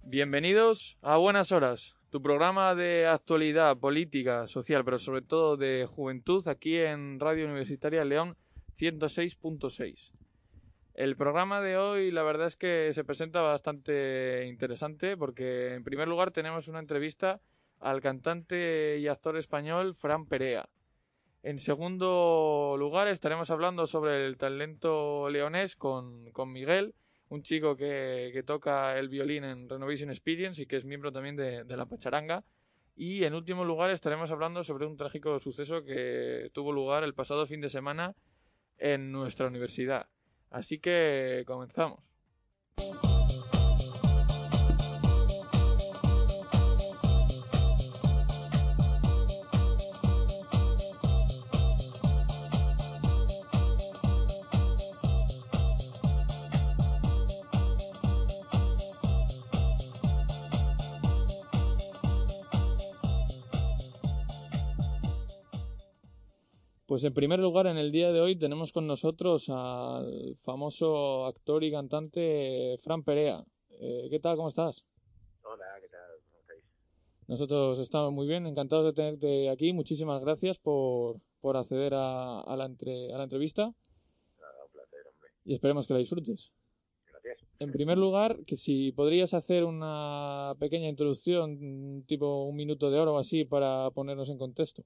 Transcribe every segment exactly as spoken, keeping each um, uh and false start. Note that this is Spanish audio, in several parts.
Bienvenidos a Buenas Horas, tu programa de actualidad política, social, pero sobre todo de juventud aquí en Radio Universitaria León ciento seis punto seis. El programa de hoy la verdad es que se presenta bastante interesante porque en primer lugar tenemos una entrevista al cantante y actor español Fran Perea. En segundo lugar estaremos hablando sobre el talento leonés con, con Miguel, un chico que, que toca el violín en Renovation Experience y que es miembro también de, de la Pacharanga. Y en último lugar estaremos hablando sobre un trágico suceso que tuvo lugar el pasado fin de semana en nuestra universidad. Así que comenzamos. Pues en primer lugar, en el día de hoy tenemos con nosotros al famoso actor y cantante Fran Perea. Eh, ¿Qué tal? ¿Cómo estás? Hola, ¿qué tal? ¿Cómo estáis? Nosotros estamos muy bien, encantados de tenerte aquí. Muchísimas gracias por, por acceder a, a, la entre, a la entrevista. Nada, un placer, hombre. Y esperemos que la disfrutes. Gracias. En primer lugar, que si podrías hacer una pequeña introducción, tipo un minuto de oro o así, para ponernos en contexto.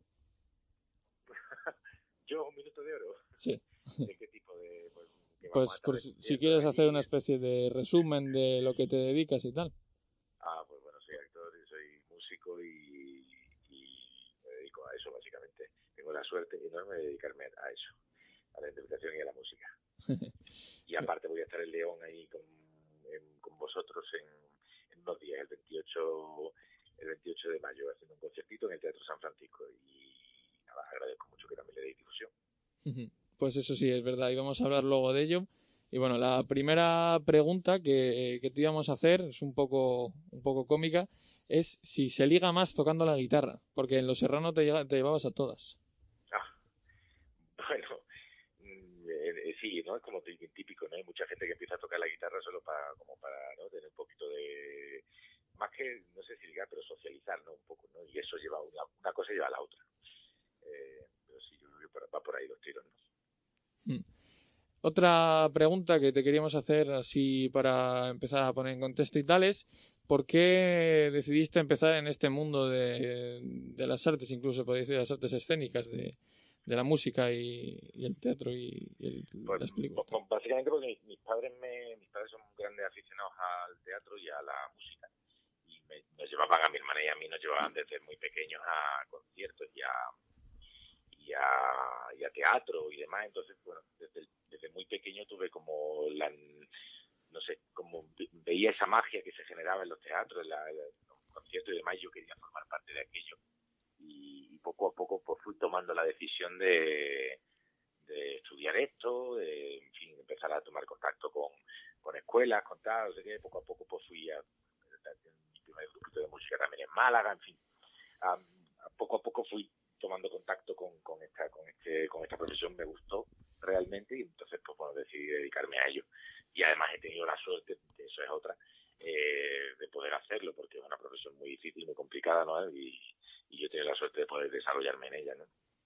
¿Yo un minuto de oro? Sí. ¿De qué tipo de...? Pues, que Pues vamos a estar por, si discutiendo quieres aquí. hacer una especie de resumen de lo que te dedicas y tal. Ah, pues bueno, soy actor y soy músico y, y me dedico a eso, básicamente. Tengo la suerte enorme de dedicarme a eso, a la interpretación y a la música. Y aparte voy a estar en León ahí con, en, con vosotros en, en unos días, el veintiocho, el veintiocho de mayo, haciendo un concertito en el Teatro San Francisco. Y nada, agradezco mucho que también le deis difusión. Pues eso sí, es verdad, y vamos a hablar luego de ello. Y bueno, la primera pregunta que, que te íbamos a hacer es un poco, un poco cómica, es si se liga más tocando la guitarra, porque en Los Serrano te, llega, te llevabas a todas. Ah, bueno, eh, sí, ¿no? Es como típico, ¿no? Hay mucha gente que empieza a tocar la guitarra solo para, como para, ¿no? Tener un poquito de, más que, no sé si ligar, pero socializar, ¿no? Un poco, ¿no? Y eso lleva, una, una cosa lleva a la otra. Eh, pero sí, yo creo que va por ahí los tiros, ¿no? Hmm. Otra pregunta que te queríamos hacer así para empezar a poner en contexto y tal es ¿por qué decidiste empezar en este mundo de, de las artes, incluso podéis decir las artes escénicas, de, de la música y, y el teatro y, y el, Pues, las películas? b- básicamente porque mis, mis padres me, mis padres son grandes aficionados al teatro y a la música. Y me, nos llevaban a mi hermana y a mí, nos llevaban desde muy pequeños a conciertos y a Y a, y a teatro y demás. Entonces, bueno, desde, desde muy pequeño tuve como la, no sé, como veía esa magia que se generaba en los teatros, en, la, en los conciertos y demás, y yo quería formar parte de aquello. Y, y poco a poco pues fui tomando la decisión de, de estudiar esto, de, en fin, empezar a tomar contacto con, con escuelas, con tal, no sé qué, poco a poco pues fui a, mi primer grupito de música también en Málaga, en fin. A, a poco a poco fui tomando contacto con, con esta con este con esta profesión, me gustó realmente y entonces pues bueno, decidí dedicarme a ello. Y además he tenido la suerte, que eso es otra, eh, de poder hacerlo, porque es una profesión muy difícil, muy complicada, ¿no? Y, y yo he tenido la suerte de poder desarrollarme en ella, ¿no?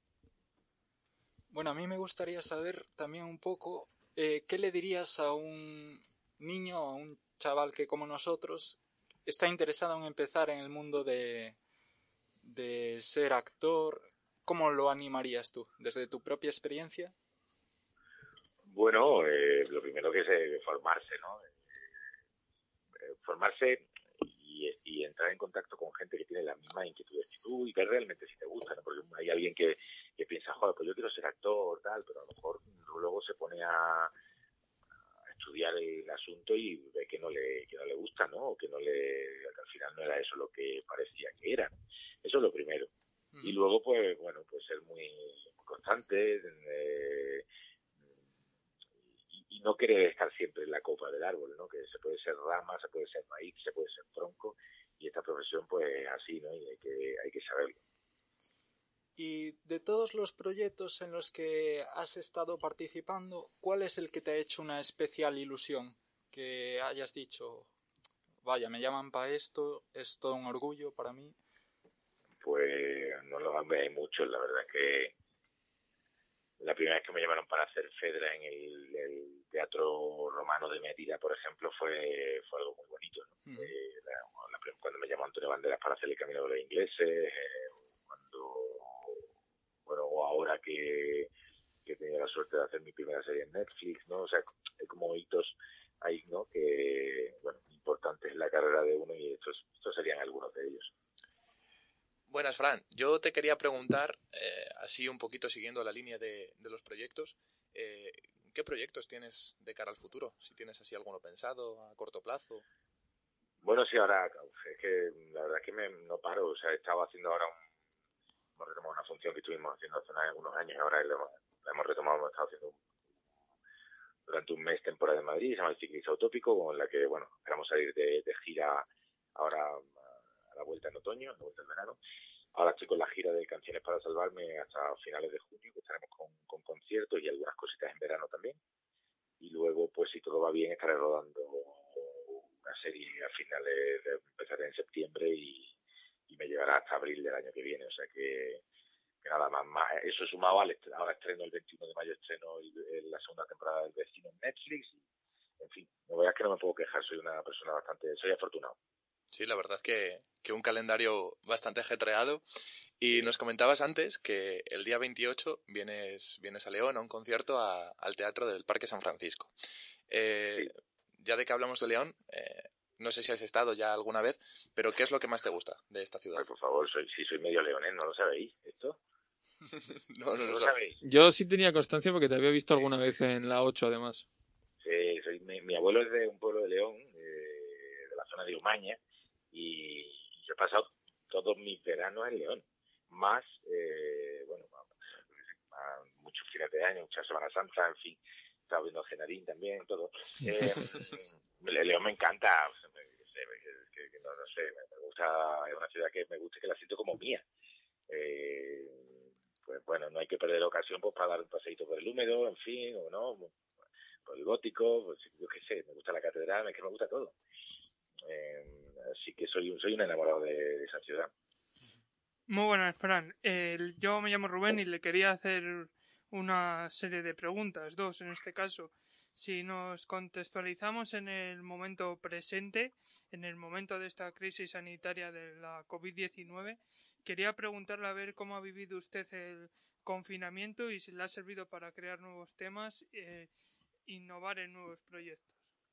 Bueno, a mí me gustaría saber también un poco eh, qué le dirías a un niño, a un chaval que como nosotros está interesado en empezar en el mundo de, de ser actor. ¿Cómo lo animarías tú? ¿Desde tu propia experiencia? Bueno, eh, lo primero que es eh, formarse, ¿no? Eh, formarse y, y entrar en contacto con gente que tiene las mismas inquietudes que tú y ver realmente si te gusta, ¿no? Porque hay alguien que, que piensa, joder, pues yo quiero ser actor, tal, pero a lo mejor luego se pone a, a estudiar el asunto y ve que no le que no le gusta, ¿no? O que no le que al final no era eso lo que parecía que era. Eso es lo primero. Uh-huh. Y luego, pues, bueno, pues ser muy, muy constante, eh, y no querer estar siempre en la copa del árbol, ¿no? Que se puede ser rama, se puede ser raíz, se puede ser tronco, y esta profesión pues es así, ¿no? Y hay que, hay que saberlo. Y de todos los proyectos en los que has estado participando, ¿cuál es el que te ha hecho una especial ilusión? Que hayas dicho, vaya, me llaman para esto, es todo un orgullo para mí? Pues no lo hay muchos, la verdad es que la primera vez que me llamaron para hacer Fedra en el, el Teatro Romano de Mérida, por ejemplo, fue, fue algo muy bonito, ¿no? Uh-huh. eh, la, la, cuando me llamó Antonio Banderas para hacer El Camino de los Ingleses, eh, cuando, bueno, o ahora que, que he tenido la suerte de hacer mi primera serie en Netflix, ¿no? O sea, hay como hitos ahí, ¿no? Que, bueno, importantes en la carrera de uno y estos, estos serían algunos de ellos. Buenas, Fran. Yo te quería preguntar, eh, así un poquito siguiendo la línea de, de los proyectos, eh, ¿qué proyectos tienes de cara al futuro? Si tienes así alguno pensado a corto plazo. Bueno, sí, ahora es que la verdad es que me, no paro. O sea, he estado haciendo ahora un, hemos retomado una función que estuvimos haciendo hace algunos años y ahora la hemos, la hemos retomado, hemos estado haciendo un, durante un mes temporada en Madrid, se llama El Ciclista Utópico, con la que, bueno, esperamos salir de, de gira ahora a la vuelta en otoño, a la vuelta en verano. Ahora estoy con la gira de Canciones para Salvarme hasta finales de junio, que estaremos con, con conciertos y algunas cositas en verano también. Y luego, pues si todo va bien, estaré rodando una serie a finales, de, empezaré en septiembre y, y me llevará hasta abril del año que viene. O sea que, que nada más, más. Eso sumado al estreno, ahora estreno el veintiuno de mayo, estreno el, el, la segunda temporada del Vecino en Netflix. Y, en fin, no veas que no me puedo quejar, soy una persona bastante, soy afortunado. Sí, la verdad que, que un calendario bastante ajetreado. Y nos comentabas antes que el día veintiocho vienes, vienes a León a un concierto a, al Teatro del Parque San Francisco. Eh, sí. Ya de que hablamos de León, eh, no sé si has estado ya alguna vez, pero ¿qué es lo que más te gusta de esta ciudad? Ay, por favor, soy, si soy medio leonés, ¿no lo sabéis esto? no, no, no lo lo sabéis. Yo sí tenía constancia porque te había visto alguna vez en la ocho, además. Sí, soy, mi, mi abuelo es de un pueblo de León, eh, de la zona de Umaña, y yo he pasado todos mis veranos en León, más, eh, bueno, muchos fines de año, muchas Semana Santa, en fin, he estado viendo a Genarín también, todo. Eh, León me encanta, o sea, me, que, que, no, no sé, me gusta, es una ciudad que me gusta, que la siento como mía. Eh, pues bueno, no hay que perder ocasión pues para dar un paseíto por el húmedo, en fin, o no, por el gótico, pues, yo qué sé, me gusta la catedral, es que me gusta todo. Eh, así que soy un, soy un enamorado de, de esa ciudad. Muy buenas, Fran. Eh, yo me llamo Rubén y le quería hacer una serie de preguntas, dos en este caso. Si nos contextualizamos en el momento presente, en el momento de esta crisis sanitaria de la covid diecinueve, quería preguntarle a ver cómo ha vivido usted el confinamiento y si le ha servido para crear nuevos temas, eh, innovar en nuevos proyectos.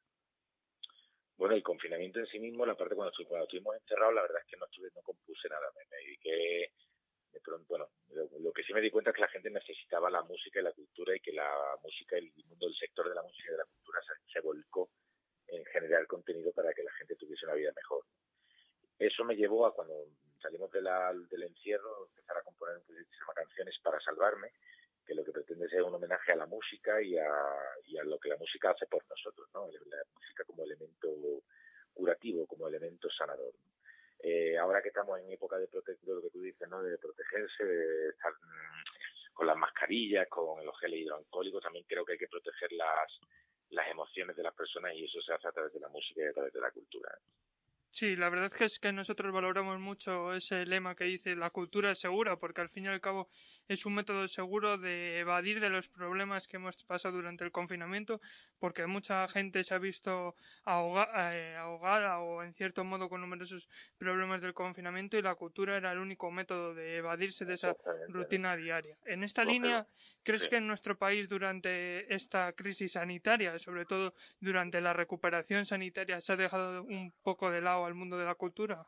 Bueno, el confinamiento en sí mismo, la parte cuando, cuando estuvimos encerrados, la verdad es que no estuve, no compuse nada, me, me dediqué, de pronto, bueno, lo, lo que sí me di cuenta es que la gente necesitaba la música y la cultura y que la música, el mundo del sector de la música y de la cultura se, se volcó en generar contenido para que la gente tuviese una vida mejor. Eso me llevó a cuando salimos de la, del encierro, empezar a componer un proyecto que se llama Canciones para Salvarme, que lo que pretende ser un homenaje a la música y a, y a lo que la música hace por nosotros, ¿no? La música como elemento curativo, como elemento sanador. Eh, ahora que estamos en época de protección, lo que tú dices, ¿no? De protegerse, de estar mmm, con las mascarillas, con los geles hidroalcohólicos, también creo que hay que proteger las, las emociones de las personas y eso se hace a través de la música y a través de la cultura. Sí, la verdad es que es que nosotros valoramos mucho ese lema que dice la cultura es segura, porque al fin y al cabo es un método seguro de evadir de los problemas que hemos pasado durante el confinamiento, porque mucha gente se ha visto ahoga, eh, ahogada o en cierto modo con numerosos problemas del confinamiento y la cultura era el único método de evadirse de esa rutina diaria. En esta línea, ¿crees que en nuestro país durante esta crisis sanitaria, sobre todo durante la recuperación sanitaria, se ha dejado un poco de lado al mundo de la cultura?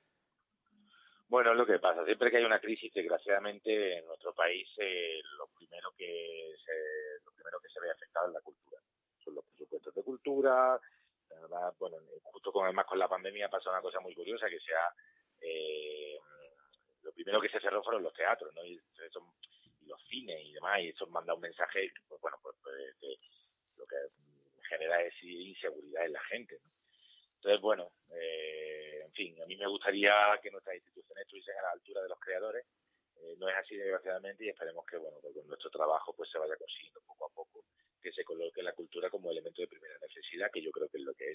Bueno, es lo que pasa. Siempre que hay una crisis, desgraciadamente, en nuestro país eh, lo primero que se, lo primero que se ve afectado es la cultura. Son los presupuestos de cultura. Además, bueno, justo con además con la pandemia pasa una cosa muy curiosa, que sea eh, lo primero que se cerró fueron los teatros, ¿no? Y, eso, y los cines y demás, y eso manda un mensaje, pues bueno, pues, pues de, lo que genera es inseguridad en la gente, ¿no? Entonces, bueno, eh, en fin, a mí me gustaría que nuestras instituciones estuviesen a la altura de los creadores. Eh, no es así, desgraciadamente, y esperemos que, bueno, que con nuestro trabajo pues se vaya consiguiendo poco a poco que se coloque la cultura como elemento de primera necesidad, que yo creo que es lo que es.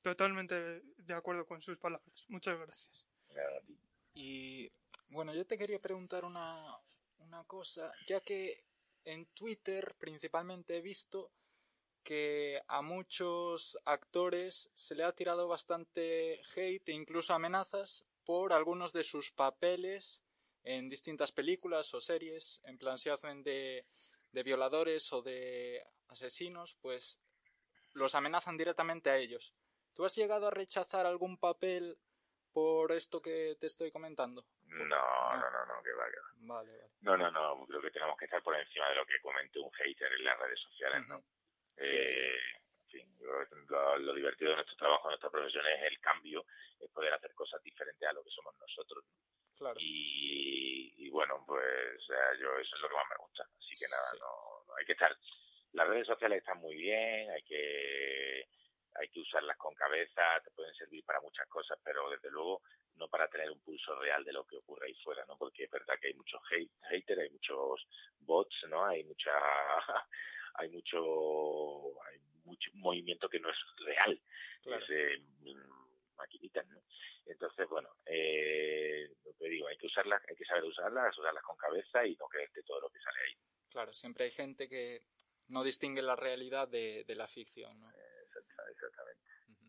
totalmente de acuerdo con sus palabras. Muchas gracias. Y bueno, yo te quería preguntar una, una cosa, ya que en Twitter principalmente he visto que a muchos actores se le ha tirado bastante hate e incluso amenazas por algunos de sus papeles en distintas películas o series, en plan si hacen de, de violadores o de asesinos, pues los amenazan directamente a ellos. ¿Tú has llegado a rechazar algún papel por esto que te estoy comentando? No, no, no, no, que va, que va. Vale, vale. No, no, no, creo que tenemos que estar por encima de lo que comente un hater en las redes sociales, ¿no? Uh-huh. Eh, en fin, lo, lo divertido de nuestro trabajo, de nuestra profesión es el cambio, es poder hacer cosas diferentes a lo que somos nosotros. Claro. Y, y bueno, pues o sea, yo eso es lo que más me gusta. Así que nada, Sí. no, no hay que estar. Las redes sociales están muy bien, hay que hay que usarlas con cabeza, te pueden servir para muchas cosas, pero desde luego no para tener un pulso real de lo que ocurre ahí fuera, ¿no? Porque es verdad que hay muchos hate, haters, hay muchos bots, ¿no? Hay mucha hay mucho hay mucho movimiento que no es real, Claro. es eh, maquinitas, ¿no? Entonces, bueno, eh, lo que digo, hay que usarlas, hay que saber usarlas, usarlas con cabeza y no creerte todo lo que sale ahí. Claro, siempre hay gente que no distingue la realidad de, de la ficción, ¿no? Exactamente. Uh-huh.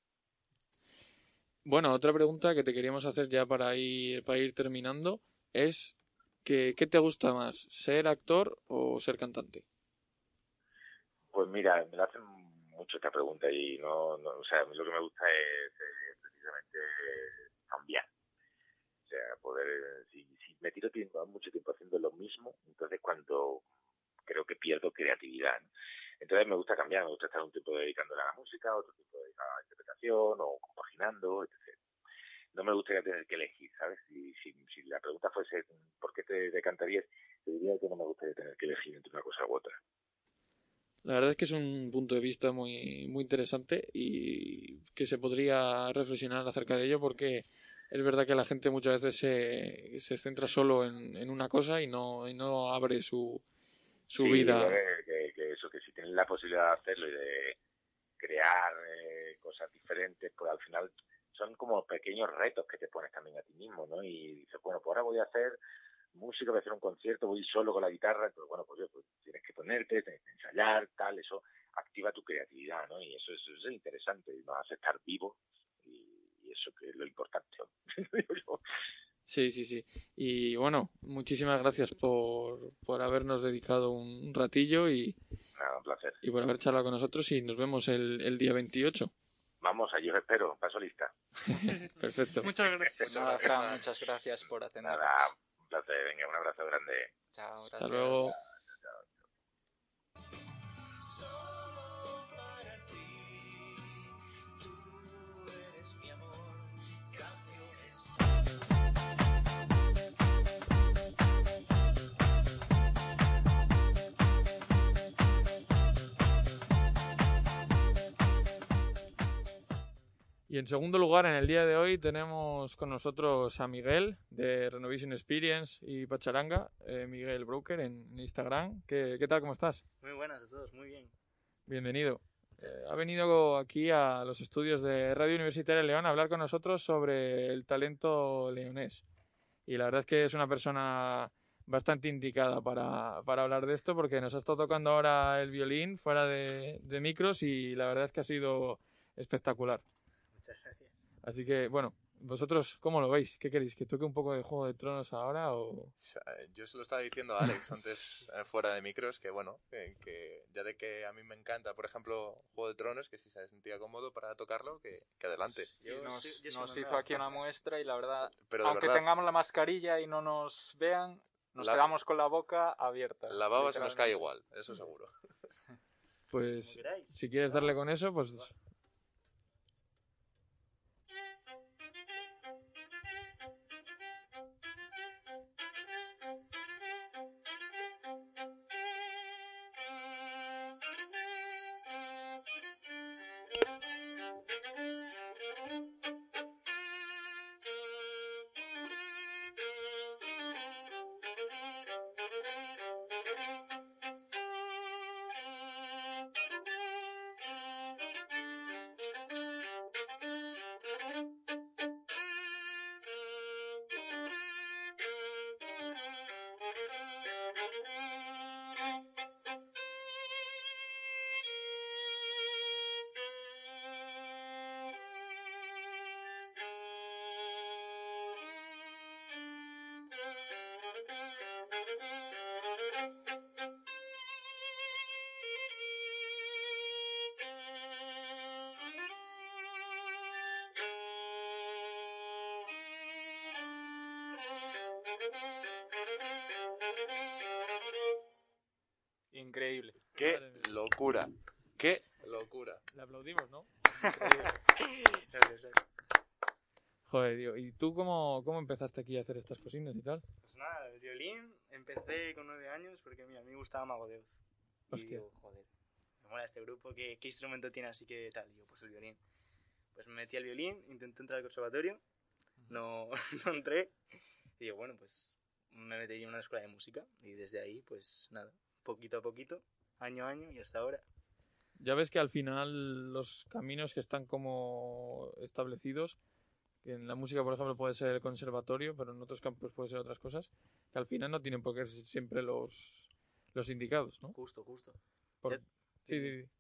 Bueno, otra pregunta que te queríamos hacer ya para ir, para ir terminando es que, ¿qué te gusta más, ser actor o ser cantante? Pues mira, me la hacen mucho esta pregunta y no, no o sea, a mí lo que me gusta es eh, precisamente cambiar. O sea, poder, si, si me tiro tiempo, mucho tiempo haciendo lo mismo, entonces cuando creo que pierdo creatividad, ¿no? Entonces me gusta cambiar, me gusta estar un tiempo dedicándole a la música, otro tiempo dedicado a la interpretación o compaginando, etcétera. No me gustaría tener que elegir, ¿sabes? Si, si, si la pregunta fuese ¿por qué te decantarías? Te diría que no me gustaría tener que elegir entre una cosa u otra. La verdad es que es un punto de vista muy, muy interesante y que se podría reflexionar acerca de ello porque es verdad que la gente muchas veces se, se centra solo en, en una cosa y no, y no abre su, su sí, vida. Que, que, que eso, que si tienes la posibilidad de hacerlo y de crear eh, cosas diferentes, pues al final son como pequeños retos que te pones también a ti mismo, ¿no? Y dices, bueno, pues ahora voy a hacer música, voy a hacer un concierto, voy solo con la guitarra, pero bueno, pues, pues tienes que ponerte, tienes que ensayar, tal, eso activa tu creatividad, ¿no? Y eso es, eso es interesante, y nos hace estar vivo y, y eso que es lo importante, ¿no? Sí, sí, sí. Y bueno, muchísimas gracias por, por habernos dedicado un ratillo y, Nada, un placer. y por haber charlado con nosotros y nos vemos el, el día veintiocho. Vamos, allí os espero, paso lista. Perfecto. Muchas gracias. Nada, Fran, muchas gracias por atendernos. Nada, un placer, venga, un abrazo grande. Chao, gracias. Hasta luego. Y en segundo lugar, en el día de hoy tenemos con nosotros a Miguel de Renovation Experience y Pacharanga, eh, Miguel Broker en Instagram. ¿Qué, ¿Qué tal? ¿Cómo estás? Muy buenas a todos, muy bien. Bienvenido. Eh, ha venido aquí a los estudios de Radio Universitaria de León a hablar con nosotros sobre el talento leonés. Y la verdad es que es una persona bastante indicada para, para hablar de esto porque nos ha estado tocando ahora el violín fuera de, de micros y la verdad es que ha sido espectacular. Muchas gracias. Así que, bueno, vosotros, ¿cómo lo veis? ¿Qué queréis? ¿Que toque un poco de Juego de Tronos ahora o...? Yo se lo estaba diciendo a Alex antes, fuera de micros, que bueno, que, que ya de que a mí me encanta, por ejemplo, Juego de Tronos, que si se sentía cómodo para tocarlo, que, que adelante. Yo nos sí, yo sí nos me hizo andaba. aquí una muestra y la verdad, Pero de aunque verdad, tengamos la mascarilla y no nos vean, nos La- quedamos con la boca abierta. la baba se nos cae literalmente. igual, eso seguro. Pues, Como queráis. si quieres darle con Vamos. eso, pues... Increíble. ¡Qué locura! ¡Qué locura! Le aplaudimos, ¿no? Gracias, gracias. Joder, tío. ¿Y tú cómo, cómo empezaste aquí a hacer estas cosinas y tal? Pues nada, el violín empecé con nueve años porque mira, a mí me gustaba Mago de Oz. Y Hostia. digo, joder, me mola este grupo, ¿qué, qué instrumento tiene así que tal? Digo, pues el violín. Pues me metí al violín, intenté entrar al conservatorio, no, no entré. Y digo, bueno, pues me metí en una escuela de música y desde ahí, pues nada, poquito a poquito, año a año y hasta ahora. Ya ves que al final los caminos que están como establecidos, que en la música, por ejemplo, puede ser el conservatorio, pero en otros campos puede ser otras cosas, que al final no tienen por qué ser siempre los, los indicados, ¿no? Justo, justo. Por... Ya- Sí, di, di.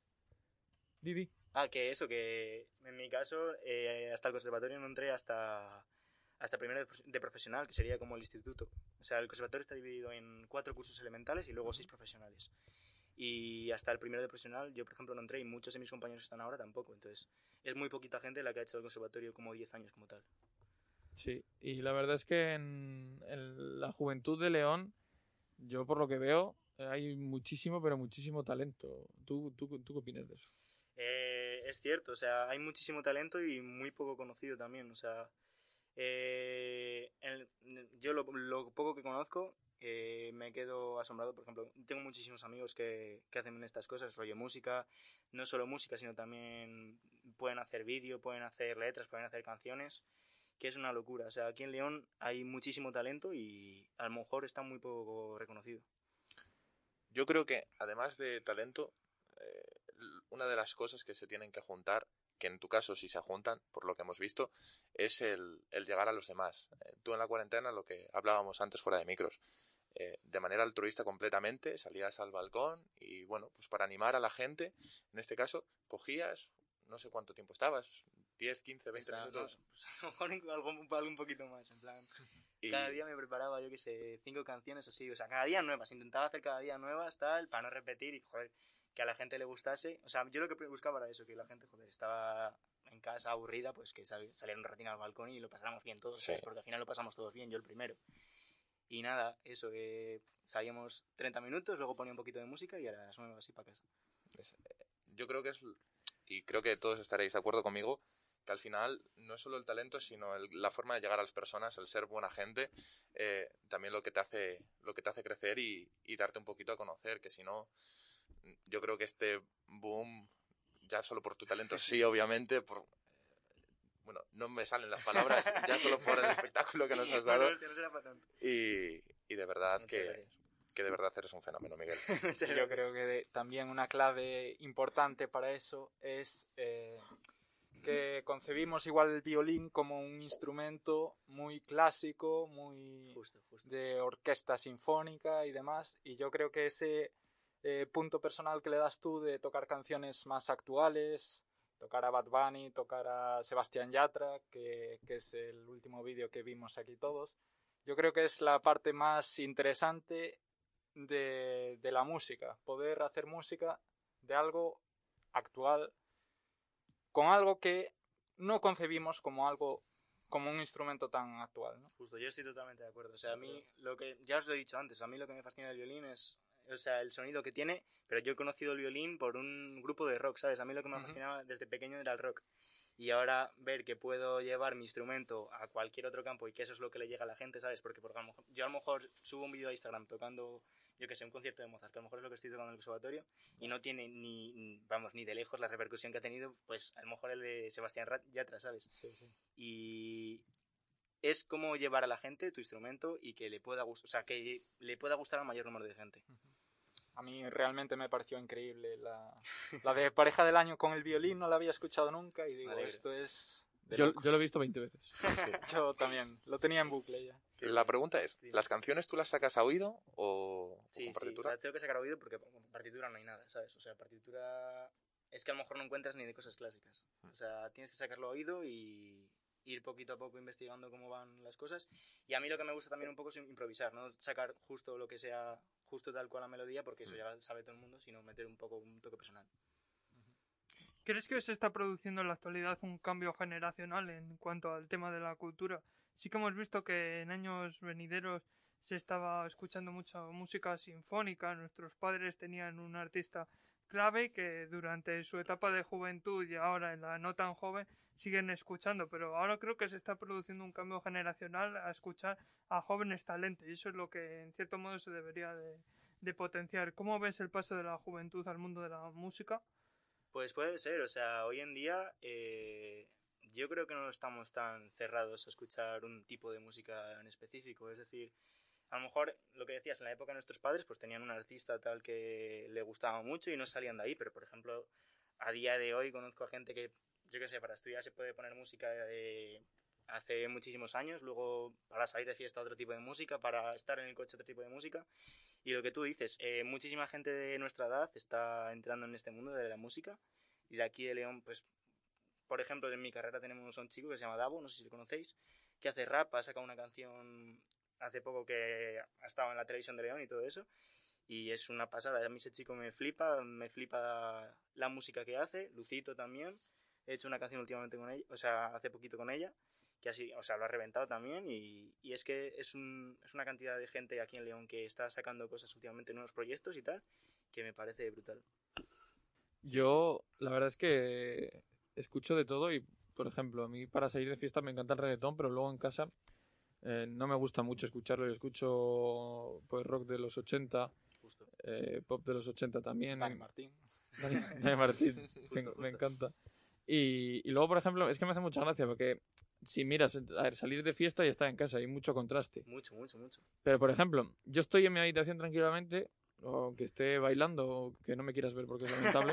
Di, di. Ah, que eso, que en mi caso, eh, hasta el conservatorio no entré hasta, hasta primero de, de profesional, que sería como el instituto. O sea, el conservatorio está dividido en cuatro cursos elementales y luego seis profesionales. Y hasta el primero de profesional, yo por ejemplo no entré y muchos de mis compañeros que están ahora tampoco. Entonces, es muy poquita gente la que ha hecho el conservatorio como diez años como tal. Sí, y la verdad es que en, en la juventud de León, yo por lo que veo, hay muchísimo, pero muchísimo talento. ¿Tú, tú, tú qué opinas de eso? Eh, es cierto, o sea, hay muchísimo talento y muy poco conocido también. O sea, eh, el- yo lo, lo poco que conozco eh, me quedo asombrado. Por ejemplo, tengo muchísimos amigos que, que hacen estas cosas, rollo música, no solo música, sino también pueden hacer vídeo, pueden hacer letras, pueden hacer canciones, que es una locura. O sea, aquí en León hay muchísimo talento y a lo mejor está muy poco reconocido. Yo creo que, además de talento, eh, una de las cosas que se tienen que juntar, que en tu caso sí se juntan, por lo que hemos visto, es el, el llegar a los demás. Eh, tú en la cuarentena, lo que hablábamos antes fuera de micros, eh, de manera altruista completamente, salías al balcón y, bueno, pues para animar a la gente, en este caso, cogías, no sé cuánto tiempo estabas, diez, quince, veinte Está, minutos. no, pues a lo mejor algo, algo un poquito más, en plan... Y Cada día me preparaba, yo qué sé, cinco canciones o así, o sea, cada día nuevas, intentaba hacer cada día nuevas, tal, para no repetir y, joder, que a la gente le gustase. O sea, yo lo que buscaba era eso, que la gente, joder, estaba en casa aburrida, pues que sal, saliera un ratín al balcón y lo pasáramos bien todos, Sí. ¿sabes? Porque al final lo pasamos todos bien, yo el primero. Y nada, eso, que salíamos treinta minutos, luego ponía un poquito de música y a las nueve así para casa. es- yo creo que es, y creo que todos estaréis de acuerdo conmigo, que al final no es solo el talento, sino el- la forma de llegar a las personas, el ser buena gente, eh, también lo que te hace, lo que te hace crecer y, y darte un poquito a conocer, que si no, yo creo que este boom, ya solo por tu talento, sí, obviamente, por, eh, bueno, no me salen las palabras, ya solo por el espectáculo que nos has dado, Bueno, hostia, no será para tanto. y, y de verdad Muchas que, gracias. que de verdad eres un fenómeno, Miguel. Muchas Y yo gracias. creo que de- también una clave importante para eso es eh, que concebimos igual el violín como un instrumento muy clásico, muy Justo, justo. de orquesta sinfónica y demás, y yo creo que ese eh, punto personal que le das tú de tocar canciones más actuales, tocar a Bad Bunny, tocar a Sebastián Yatra, que, que es el último vídeo que vimos aquí todos, yo creo que es la parte más interesante de, de la música, poder hacer música de algo actual con algo que no concebimos como algo como un instrumento tan actual, ¿no? Justo, yo estoy totalmente de acuerdo. O sea, a mí, lo que ya os lo he dicho antes, a mí lo que me fascina del violín es, o sea, el sonido que tiene, pero yo he conocido el violín por un grupo de rock, ¿sabes? A mí lo que me Ujú. fascinaba desde pequeño era el rock. Y ahora ver que puedo llevar mi instrumento a cualquier otro campo y que eso es lo que le llega a la gente, ¿sabes? Porque, porque a lo mejor, yo a lo mejor subo un vídeo a Instagram tocando, yo que sé, un concierto de Mozart, que a lo mejor es lo que estoy tocando en el conservatorio, y no tiene ni, ni- vamos, ni de lejos la repercusión que ha tenido, pues a lo mejor el de Sebastián Rat- Yatra, ¿sabes? Sí, sí. Y es como llevar a la gente tu instrumento y que le pueda gustar, o sea, que le pueda gustar al mayor número de gente. A mí realmente me pareció increíble la, la de pareja del año con el violín, no la había escuchado nunca y digo, Alegre. esto es de Yo, locos. yo lo he visto veinte veces. Yo también, lo tenía en bucle ya. La pregunta es, Sí. ¿las canciones tú las sacas a oído o, o Sí, con sí, partitura? la tengo que sacar a oído porque con partitura no hay nada, ¿sabes? O sea, partitura es que a lo mejor no encuentras ni de cosas clásicas. O sea, tienes que sacarlo a oído y ir poquito a poco investigando cómo van las cosas. Y a mí lo que me gusta también un poco es improvisar, no sacar justo lo que sea, justo tal cual la melodía, porque eso ya lo sabe todo el mundo, sino meter un poco un toque personal. ¿Crees que se está produciendo en la actualidad un cambio generacional en cuanto al tema de la cultura? sí que hemos visto que en años venideros se estaba escuchando mucha música sinfónica. Nuestros padres tenían un artista clave que durante su etapa de juventud y ahora en la no tan joven siguen escuchando, pero ahora creo que se está produciendo un cambio generacional a escuchar a jóvenes talentos y eso es lo que en cierto modo se debería de, de potenciar. ¿Cómo ves el paso de la juventud al mundo de la música? Pues puede ser, o sea, hoy en día eh, yo creo que no estamos tan cerrados a escuchar un tipo de música en específico, es decir, a lo mejor lo que decías, en la época de nuestros padres pues tenían un artista tal que le gustaba mucho y no salían de ahí, pero por ejemplo a día de hoy conozco a gente que, yo qué sé, para estudiar se puede poner música de hace muchísimos años, luego para salir de fiesta otro tipo de música, para estar en el coche otro tipo de música, y lo que tú dices, eh, muchísima gente de nuestra edad está entrando en este mundo de la música, y de aquí de León, pues por ejemplo en mi carrera tenemos a un chico que se llama Davo, no sé si lo conocéis, que hace rap, ha sacado una canción hace poco que ha estado en la televisión de León y todo eso, y es una pasada. A mí ese chico me flipa, me flipa la música que hace, Lucito también, he hecho una canción últimamente con ella, o sea, hace poquito con ella, que así, o sea, lo ha reventado también, y, y es que es, un, es una cantidad de gente aquí en León que está sacando cosas últimamente, nuevos proyectos y tal, que me parece brutal. Yo, la verdad es que escucho de todo y, por ejemplo, a mí para salir de fiesta me encanta el reggaetón, pero luego en casa eh, no me gusta mucho escucharlo. Yo escucho pues rock de los ochenta, Justo. eh, pop de los ochenta también. Dani Martín. Dani, Dani Martín, Justo, me, justo. me encanta. Y, y luego, por ejemplo, es que me hace mucha gracia porque si miras, a ver, salir de fiesta y estar en casa, hay mucho contraste. Mucho, mucho, mucho. Pero, por ejemplo, yo estoy en mi habitación tranquilamente, o que esté bailando, o que no me quieras ver porque es lamentable.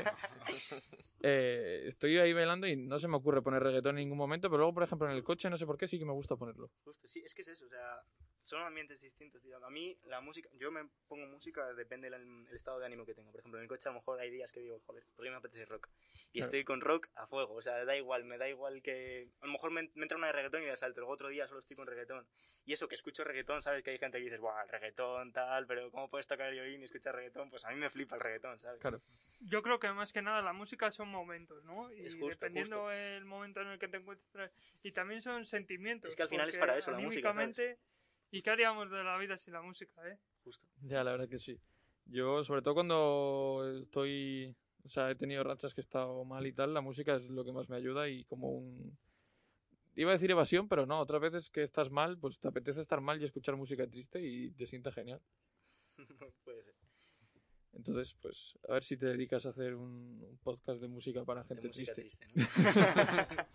eh, estoy ahí bailando y no se me ocurre poner reggaetón en ningún momento, pero luego, por ejemplo, en el coche, no sé por qué, sí que me gusta ponerlo. Justo, sí, es que es eso, o sea, son ambientes distintos, tío. A mí la música, yo me pongo música, depende del el estado de ánimo que tengo. Por ejemplo, en el coche a lo mejor hay días que digo, joder, ¿por qué me apetece rock? Y Claro. estoy con rock a fuego, o sea, da igual, me da igual que... A lo mejor me, me entra una de reggaetón y la salto, luego otro día solo estoy con reggaetón. Y eso, que escucho reggaetón, ¿sabes? Que hay gente que dices, buah, el reggaetón, tal, pero ¿cómo puedes tocar el violín y escuchar reggaetón? Pues a mí me flipa el reggaetón, ¿sabes? Claro. Yo creo que más que nada la música son momentos, ¿no? Y Es justo, dependiendo justo. el momento en el que te encuentres. Y también son sentimientos. Es que al final es porque para eso la música, ¿sabes? anímicamente, ¿y qué haríamos de la vida sin la música, eh? Justo. Ya, la verdad que sí. Yo, sobre todo cuando estoy, o sea, he tenido rachas que he estado mal y tal, la música es lo que más me ayuda y como un... Iba a decir evasión, pero no, otras veces que estás mal, pues te apetece estar mal y escuchar música triste y te sienta genial. Puede ser. Entonces, pues, a ver si te dedicas a hacer un, un podcast de música para De gente música triste. triste, ¿no?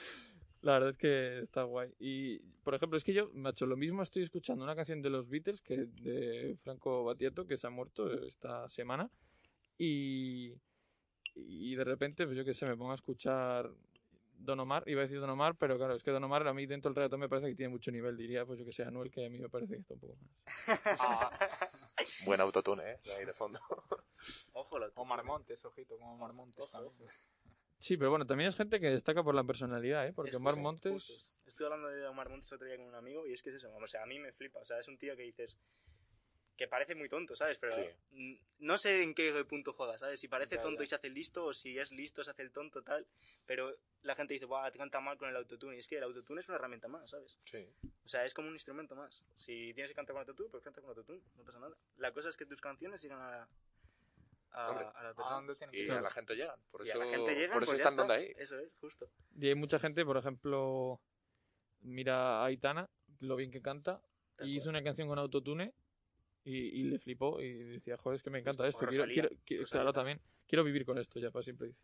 La verdad es que está guay. Y, por ejemplo, es que yo, macho, lo mismo estoy escuchando una canción de los Beatles que de Franco Battiato, que se ha muerto esta semana. Y, y de repente, pues yo qué sé, me pongo a escuchar Don Omar. Iba a decir Don Omar, pero claro, es que Don Omar a mí dentro del reggaetón me parece que tiene mucho nivel. Diría, pues yo que sé, Anuel, que a mí me parece que está un poco más. Ah, Buen autotune, ¿eh? De ahí de fondo. Ojo, lo Omar Montes, ojito, con Omar Montes Ojo, también. ojo. Sí, pero bueno, también es gente que destaca por la personalidad, ¿eh? Porque Es Omar justo, Montes... justo. Estuve hablando de Omar Montes otro día con un amigo y es que es eso, o sea, a mí me flipa, o sea, es un tío que dices que parece muy tonto, ¿sabes? Pero Sí. mm, no sé en qué punto juega, ¿sabes? Si parece Ya, tonto ya. y se hace el listo o si es listo se hace el tonto, tal, pero la gente dice, "Buah, te canta mal con el autotune", y es que el autotune es una herramienta más, ¿sabes? Sí. O sea, es como un instrumento más. Si tienes que cantar con autotune, pues canta con autotune, no pasa nada. La cosa es que tus canciones llegan a, a, Hombre, a la ¿A persona. dónde tienen que Y ir? a la gente llegan. Por Y eso, a la gente llega, por eso pues ya están está. donde ahí. Eso es, justo. Y hay mucha gente, por ejemplo, mira a Aitana, lo bien que canta, Tal y hizo cual. una canción con autotune y, y le flipó y decía, joder, es que me encanta esto. O Quiero, Rosalía, quiero, quiero- Rosalía claro, también. también. Quiero vivir con esto ya para siempre, dice.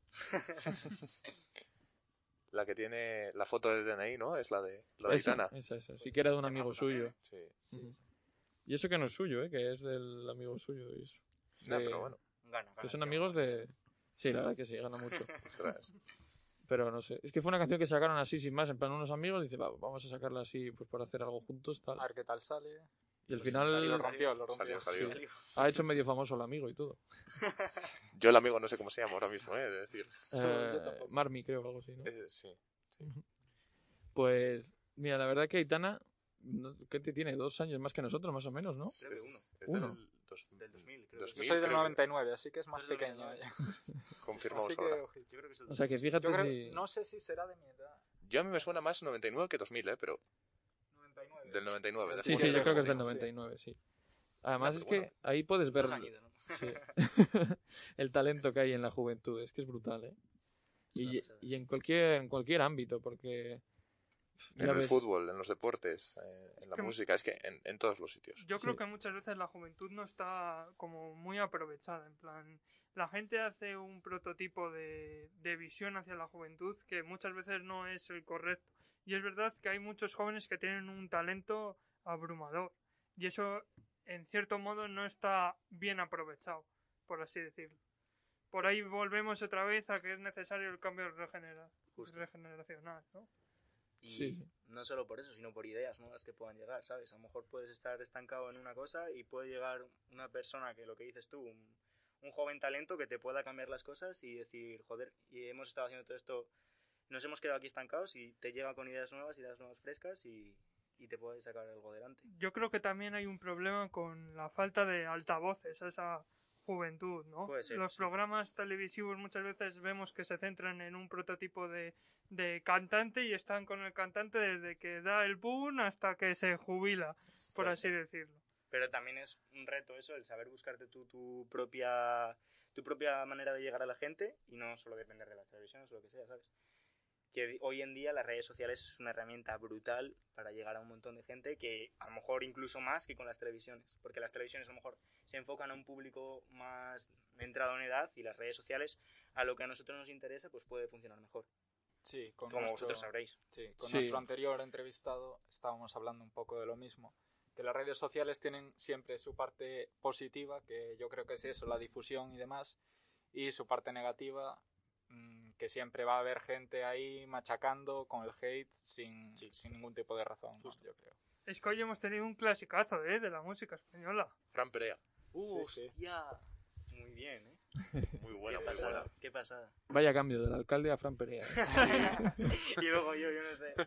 La que tiene la foto de D N I, ¿no? Es la de la de Esa, Aitana. esa, esa. Sí que era de un Temazo amigo también, suyo. ¿eh? Sí. Sí, Ujú. sí. Y eso que no es suyo, ¿eh? Que es del amigo suyo. y eso. No, De- pero bueno. Gana, gana Que son el amigos tema. de... Sí, la verdad que sí, gana mucho. Ostras. Pero no sé. Es que fue una canción que sacaron así, sin más, en plan unos amigos, y dice, "Va, vamos a sacarla así, pues para hacer algo juntos, tal. A ver qué tal sale. Y al pues final salió, Lo salió. rompió, lo rompió. Salió, salió. Salió. ha hecho medio famoso el amigo y todo. Yo el amigo no sé cómo se llama ahora mismo, ¿eh? De decir. Eh, yo tampoco. Marmi, creo, o algo así, ¿no? Eh, sí. Pues, mira, la verdad que Aitana, no- ¿qué te tiene? Dos años más que nosotros, más o menos, ¿no? Creo que uno. Es Uno. del, dos, Del dos mil, creo. Yo dos mil, soy del creo que- noventa y nueve, así que es más Yo soy del pequeño. noventa y Confirmamos Así que, ahora. ojito. Yo creo que es el O sea que fíjate Yo creo, si... no sé si será de mi edad. Yo a mí me suena más noventa y nueve que dos mil, ¿eh? Pero Del noventa y nueve. De Sí, sí, junio yo de creo que es del junio. noventa y nueve, sí. Además Ah, es pero que ahí puedes ver Dos añitos, ¿no? sí, el talento que hay en la juventud, es que es brutal, ¿eh? Es una Y, pasada, y sí. en cualquier en cualquier ámbito, porque En ya el ves, fútbol, en los deportes, eh, en la que- música, es que en, en todos los sitios. Yo creo Sí. que muchas veces la juventud no está como muy aprovechada. En plan, la gente hace un prototipo de, de visión hacia la juventud que muchas veces no es el correcto. Y es verdad que hay muchos jóvenes que tienen un talento abrumador. Y eso, en cierto modo, no está bien aprovechado, por así decirlo. Por ahí volvemos otra vez a que es necesario el cambio regenera- Justo. regeneracional, ¿no? Y Sí, sí. no solo por eso, sino por ideas nuevas que puedan llegar, ¿sabes? A lo mejor puedes estar estancado en una cosa y puede llegar una persona que, lo que dices tú, un, un joven talento que te pueda cambiar las cosas y decir, joder, y hemos estado haciendo todo esto, nos hemos quedado aquí estancados, y te llega con ideas nuevas, ideas nuevas frescas, y, y te puede sacar algo adelante. Yo creo que también hay un problema con la falta de altavoces a esa juventud, ¿no? Puede ser, Los sí. programas televisivos muchas veces vemos que se centran en un prototipo de, de cantante y están con el cantante desde que da el boom hasta que se jubila, por Puede así ser. decirlo. Pero también es un reto eso, el saber buscarte tú tu propia tu propia manera de llegar a la gente y no solo depender de las televisiones o lo que sea, ¿sabes? Que hoy en día las redes sociales es una herramienta brutal para llegar a un montón de gente, que a lo mejor incluso más que con las televisiones, porque las televisiones a lo mejor se enfocan a un público más entrado en edad, y las redes sociales, a lo que a nosotros nos interesa, pues puede funcionar mejor, Sí, con como nuestro, vosotros sabréis. sí, con Sí. nuestro anterior entrevistado estábamos hablando un poco de lo mismo, que las redes sociales tienen siempre su parte positiva, que yo creo que es eso, la difusión y demás, y su parte negativa, mmm, que siempre va a haber gente ahí machacando con el hate sin, Sí. sin ningún tipo de razón, ¿no? Yo creo. Es que hoy hemos tenido un clasicazo, ¿eh? De la música española. Fran Perea. ¡Uh, Sí, sí. hostia! Muy bien, ¿eh? Muy buena, Qué muy pasada, buena. qué pasada. Vaya cambio del alcalde a Fran Perea. Y luego yo, yo no sé.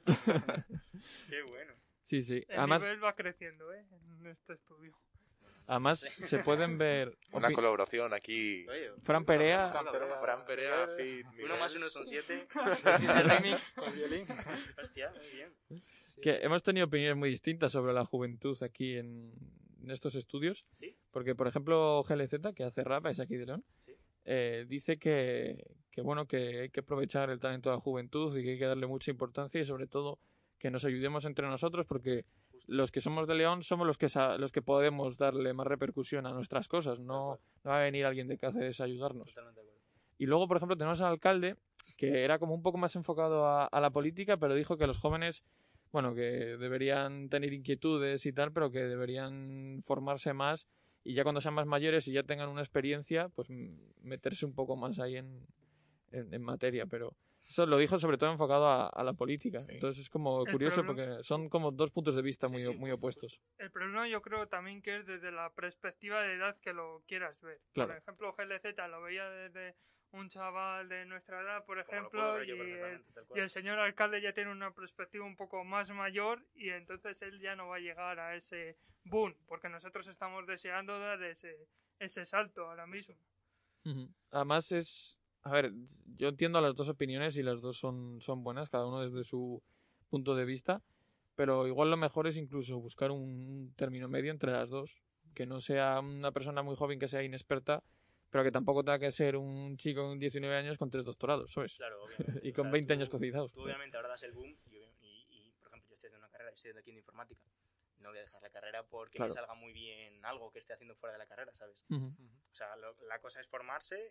Qué bueno. Sí, sí. El Además, nivel va creciendo, ¿eh? En este estudio. además se pueden ver Una opi- colaboración aquí. Oye, Fran Perea, Fran Perea, Fran Perea, Miguel, fit, uno Miguel. más uno son siete. el remix con el violín. Hostia, muy bien. Sí, que sí. hemos tenido opiniones muy distintas sobre la juventud aquí en, en estos estudios, ¿Sí? porque por ejemplo G L Z, que hace rap, es aquí de León, Sí. eh, dice que, que bueno, que hay que aprovechar el talento de la juventud y que hay que darle mucha importancia y sobre todo que nos ayudemos entre nosotros, porque Justo. los que somos de León somos los que sa- los que podemos darle más repercusión a nuestras cosas, no, no va a venir alguien de Cáceres a ayudarnos. Totalmente de acuerdo. Y luego, por ejemplo, tenemos al alcalde, que era como un poco más enfocado a, a la política, pero dijo que los jóvenes, bueno, que deberían tener inquietudes y tal, pero que deberían formarse más y ya cuando sean más mayores y ya tengan una experiencia, pues m- meterse un poco más ahí en, en, en materia. Pero eso lo dijo sobre todo enfocado a, a la política. Sí. Entonces es como El curioso problema- porque son como dos puntos de vista Sí, muy, sí, muy justo, opuestos. El problema yo creo también que es desde la perspectiva de edad que lo quieras ver. Claro. Por ejemplo, G L Z lo veía desde un chaval de nuestra edad, por Como lo puedo ejemplo, ver yo y el, perfectamente, tal y cual. el señor alcalde ya tiene una perspectiva un poco más mayor y entonces él ya no va a llegar a ese boom, porque nosotros estamos deseando dar ese, ese salto ahora mismo. Ujú. Además es... A ver, yo entiendo las dos opiniones y las dos son, son buenas, cada uno desde su punto de vista, pero igual lo mejor es incluso buscar un término medio entre las dos, que no sea una persona muy joven que sea inexperta, pero que tampoco tenga que ser un chico con diecinueve años con tres doctorados, ¿sabes? Claro, obviamente. Y O con sea, veinte tú- años cotizados. Tú obviamente ahora das el boom y, obvi- y, y, por ejemplo, yo estoy haciendo una carrera, estoy aquí en informática. No voy a dejar la carrera porque Claro. me salga muy bien algo que esté haciendo fuera de la carrera, ¿sabes? Ujú. O sea, lo- la cosa es formarse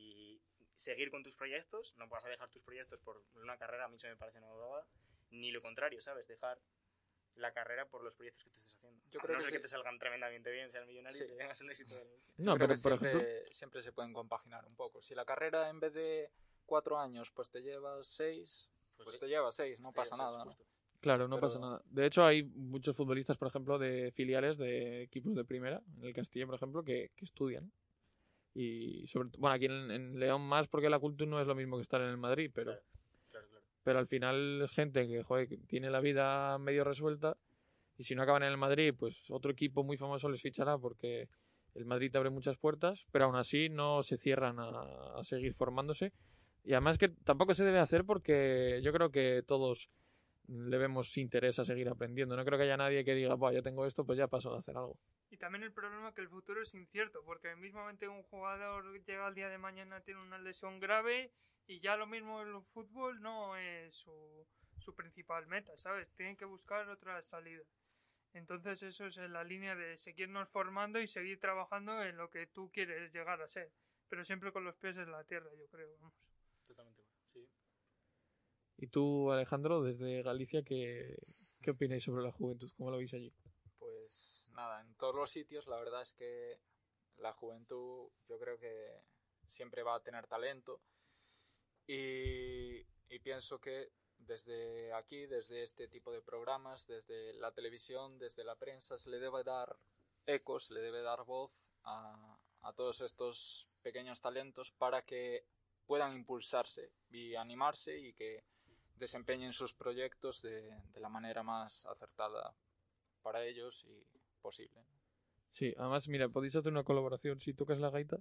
y seguir con tus proyectos. No vas a dejar tus proyectos por una carrera, a mí eso me parece una bobada. Ni lo contrario, ¿sabes? Dejar la carrera por los proyectos que tú estés haciendo. Yo A creo no que ser que sí. te salgan tremendamente bien, seas millonario Sí. y te tengas un éxito de la hostia. No, Yo creo pero que por siempre, ejemplo... siempre se pueden compaginar un poco. Si la carrera en vez de cuatro años pues te llevas seis, Pues pues sí. te llevas seis, no Te pasa llevas, nada, ¿no? justo. Claro, no Pero- pasa nada. De hecho, hay muchos futbolistas, por ejemplo, de filiales de equipos de primera, en el Castilla, por ejemplo, que, que estudian. Y sobre todo, bueno, aquí en, en León más porque la cultura no es lo mismo que estar en el Madrid, pero, Claro, claro, claro. pero al final es gente que, joder, que tiene la vida medio resuelta y si no acaban en el Madrid, pues otro equipo muy famoso les fichará porque el Madrid te abre muchas puertas, pero aún así no se cierran a, a seguir formándose. Y además que tampoco se debe hacer porque yo creo que todos le vemos interés a seguir aprendiendo. No creo que haya nadie que diga, pues ya tengo esto, pues ya paso a hacer algo. Y también el problema es que el futuro es incierto, porque mismamente un jugador llega al día de mañana, tiene una lesión grave y ya lo mismo el fútbol no es su, su principal meta, ¿sabes? Tienen que buscar otra salida. Entonces eso es en la línea de seguirnos formando y seguir trabajando en lo que tú quieres llegar a ser, pero siempre con los pies en la tierra, yo creo, vamos. Totalmente, sí. Y tú, Alejandro, desde Galicia, ¿qué, qué opináis sobre la juventud? ¿Cómo lo veis allí? Pues nada, en todos los sitios la verdad es que la juventud yo creo que siempre va a tener talento y, y pienso que desde aquí, desde este tipo de programas, desde la televisión, desde la prensa, se le debe dar eco, se le debe dar voz a, a todos estos pequeños talentos para que puedan impulsarse y animarse y que desempeñen sus proyectos de, de la manera más acertada para ellos y posible. Sí, además, mira, podéis hacer una colaboración si tocas la gaita.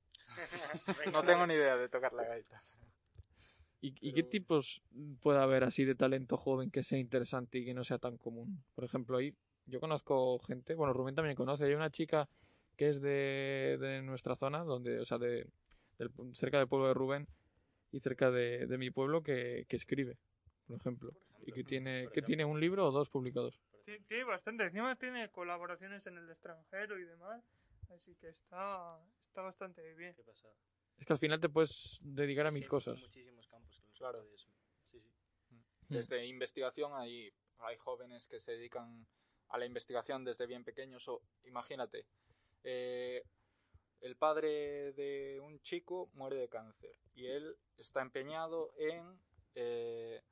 No tengo ni idea de tocar la gaita. ¿Y, Pero... ¿Y qué tipos puede haber así de talento joven que sea interesante y que no sea tan común? Por ejemplo, ahí yo conozco gente, bueno, Rubén también conoce, hay una chica que es de, de nuestra zona, donde, o sea, de, del, cerca del pueblo de Rubén y cerca de, de mi pueblo, que, que escribe, por ejemplo, por ejemplo y que tiene, que tiene un libro o dos publicados. Tiene bastante, encima tiene colaboraciones en el extranjero y demás, así que está, está bastante bien. ¿Qué pasa? Es que al final te puedes dedicar a sí, mil cosas. Muchísimos campos que los claro. puedes... Sí, sí. Desde investigación hay, hay jóvenes que se dedican a la investigación desde bien pequeños. O, imagínate, eh, el padre de un chico muere de cáncer y él está empeñado en... Eh,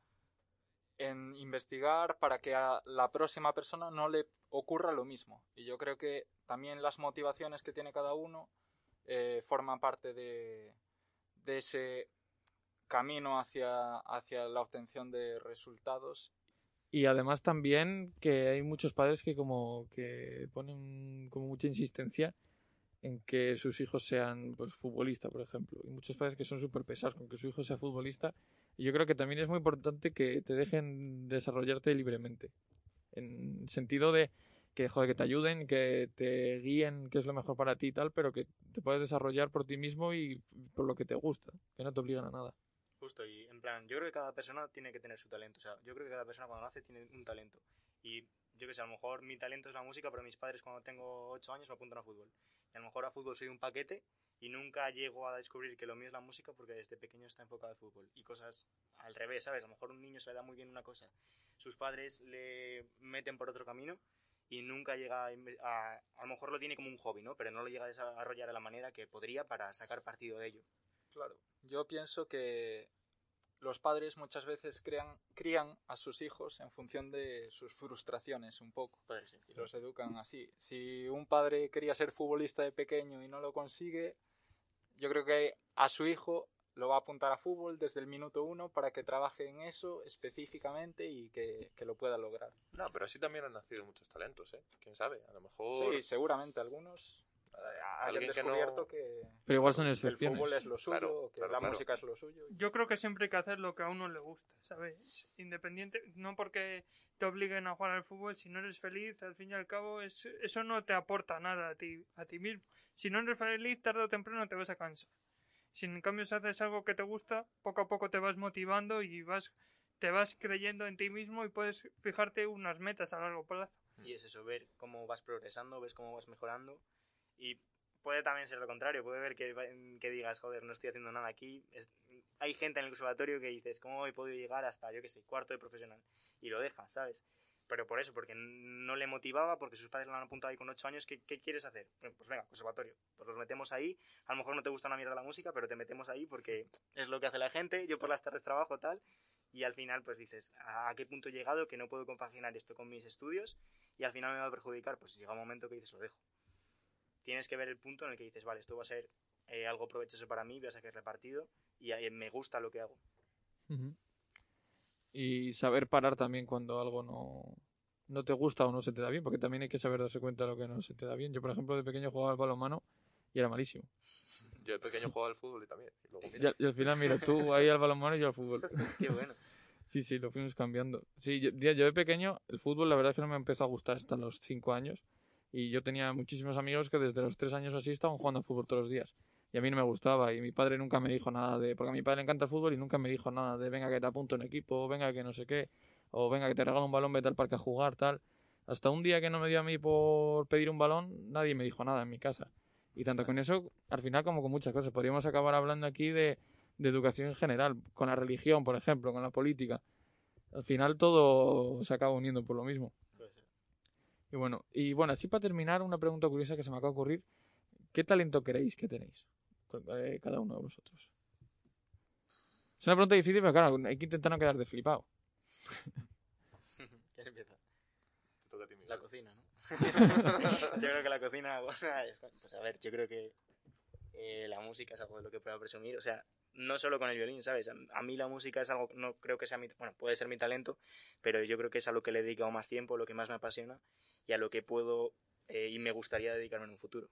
en investigar para que a la próxima persona no le ocurra lo mismo. Y yo creo que también las motivaciones que tiene cada uno eh, forman parte de, de ese camino hacia, hacia la obtención de resultados. Y además también que hay muchos padres que como que ponen como mucha insistencia en que sus hijos sean pues futbolistas, por ejemplo. Y muchos padres que son súper pesados con que su hijo sea futbolista. Y yo creo que también es muy importante que te dejen desarrollarte libremente. En sentido de que, joder, que te ayuden, que te guíen qué es lo mejor para ti y tal, pero que te puedes desarrollar por ti mismo y por lo que te gusta, que no te obligan a nada. Justo, y en plan, yo creo que cada persona tiene que tener su talento. O sea, yo creo que cada persona cuando nace tiene un talento. Y yo que sé, a lo mejor mi talento es la música, pero mis padres cuando tengo ocho años me apuntan a fútbol. Y a lo mejor a fútbol soy un paquete y nunca llego a descubrir que lo mío es la música porque desde pequeño está enfocado al fútbol. Y cosas al revés, ¿sabes? A lo mejor un niño se le da muy bien una cosa, sus padres le meten por otro camino y nunca llega a, a... A lo mejor lo tiene como un hobby, ¿no? Pero no lo llega a desarrollar de la manera que podría para sacar partido de ello. Claro, yo pienso que los padres muchas veces crean, crían a sus hijos en función de sus frustraciones un poco. Padre, sí, y los educan así. Si un padre quería ser futbolista de pequeño y no lo consigue, yo creo que a su hijo lo va a apuntar a fútbol desde el minuto uno para que trabaje en eso específicamente y que, que lo pueda lograr. No, pero así también han nacido muchos talentos, ¿eh? ¿Quién sabe? A lo mejor... Sí, seguramente algunos... Alguien que no... que, pero igual son excepciones. El fútbol es lo suyo, claro, que claro, la claro. música es lo suyo. Yo creo que siempre hay que hacer lo que a uno le gusta, ¿sabes? Independiente, no porque te obliguen a jugar al fútbol, si no eres feliz, al fin y al cabo, es, eso no te aporta nada a ti, a ti mismo. Si no eres feliz, tarde o temprano te vas a cansar. Si en cambio si haces algo que te gusta, poco a poco te vas motivando y vas te vas creyendo en ti mismo y puedes fijarte unas metas a largo plazo. Y es eso, ver cómo vas progresando, ves cómo vas mejorando y... Puede también ser lo contrario, puede ver que, que digas, joder, no estoy haciendo nada aquí. Es, hay gente en el conservatorio que dices, ¿cómo he podido llegar hasta, yo qué sé, cuarto de profesional? Y lo deja, ¿sabes? Pero por eso, porque no le motivaba, porque sus padres le han apuntado ahí con ocho años, ¿qué, qué quieres hacer? Pues venga, conservatorio, pues los metemos ahí. A lo mejor no te gusta una mierda la música, pero te metemos ahí porque es lo que hace la gente, yo por las tardes trabajo, tal. Y al final, pues dices, ¿a qué punto he llegado que no puedo compaginar esto con mis estudios? Y al final me va a perjudicar, pues llega un momento que dices, lo dejo. Tienes que ver el punto en el que dices, vale, esto va a ser eh, algo provechoso para mí, voy a sacar repartido y eh, me gusta lo que hago. Uh-huh. Y saber parar también cuando algo no, no te gusta o no se te da bien, porque también hay que saber darse cuenta de lo que no se te da bien. Yo, por ejemplo, de pequeño jugaba al balonmano y era malísimo. Yo de pequeño jugaba al fútbol y también. Y, luego, y, al, y al final, mira, tú ahí al balonmano y yo al fútbol. Qué bueno. Sí, sí, lo fuimos cambiando. Sí, yo, yo de pequeño, el fútbol la verdad es que no me empezó a gustar hasta los cinco años. Y yo tenía muchísimos amigos que desde los tres años así estaban jugando al fútbol todos los días. Y a mí no me gustaba. Y mi padre nunca me dijo nada de... Porque a mi padre le encanta el fútbol y nunca me dijo nada de venga que te apunto en equipo, venga que no sé qué, o venga que te regalo un balón, vete al parque a jugar, tal. Hasta un día que no me dio a mí por pedir un balón, nadie me dijo nada en mi casa. Y tanto con eso, al final como con muchas cosas. Podríamos acabar hablando aquí de, de educación en general, con la religión, por ejemplo, con la política. Al final todo se acaba uniendo por lo mismo. Y bueno, y bueno, así para terminar, una pregunta curiosa que se me acaba de ocurrir. ¿Qué talento creéis que tenéis? Eh, cada uno de vosotros. Es una pregunta difícil, pero claro, hay que intentar no quedar de flipado. ¿Quién empieza? Te toca a ti, Miguel. La cocina, ¿no? Yo creo que la cocina... Pues a ver, yo creo que eh, la música es algo de lo que puedo presumir. O sea, no solo con el violín, ¿sabes? A, a mí la música es algo... No creo que sea mi... Bueno, puede ser mi talento, pero yo creo que es a lo que le he dedicado más tiempo, lo que más me apasiona y a lo que puedo eh, y me gustaría dedicarme en un futuro.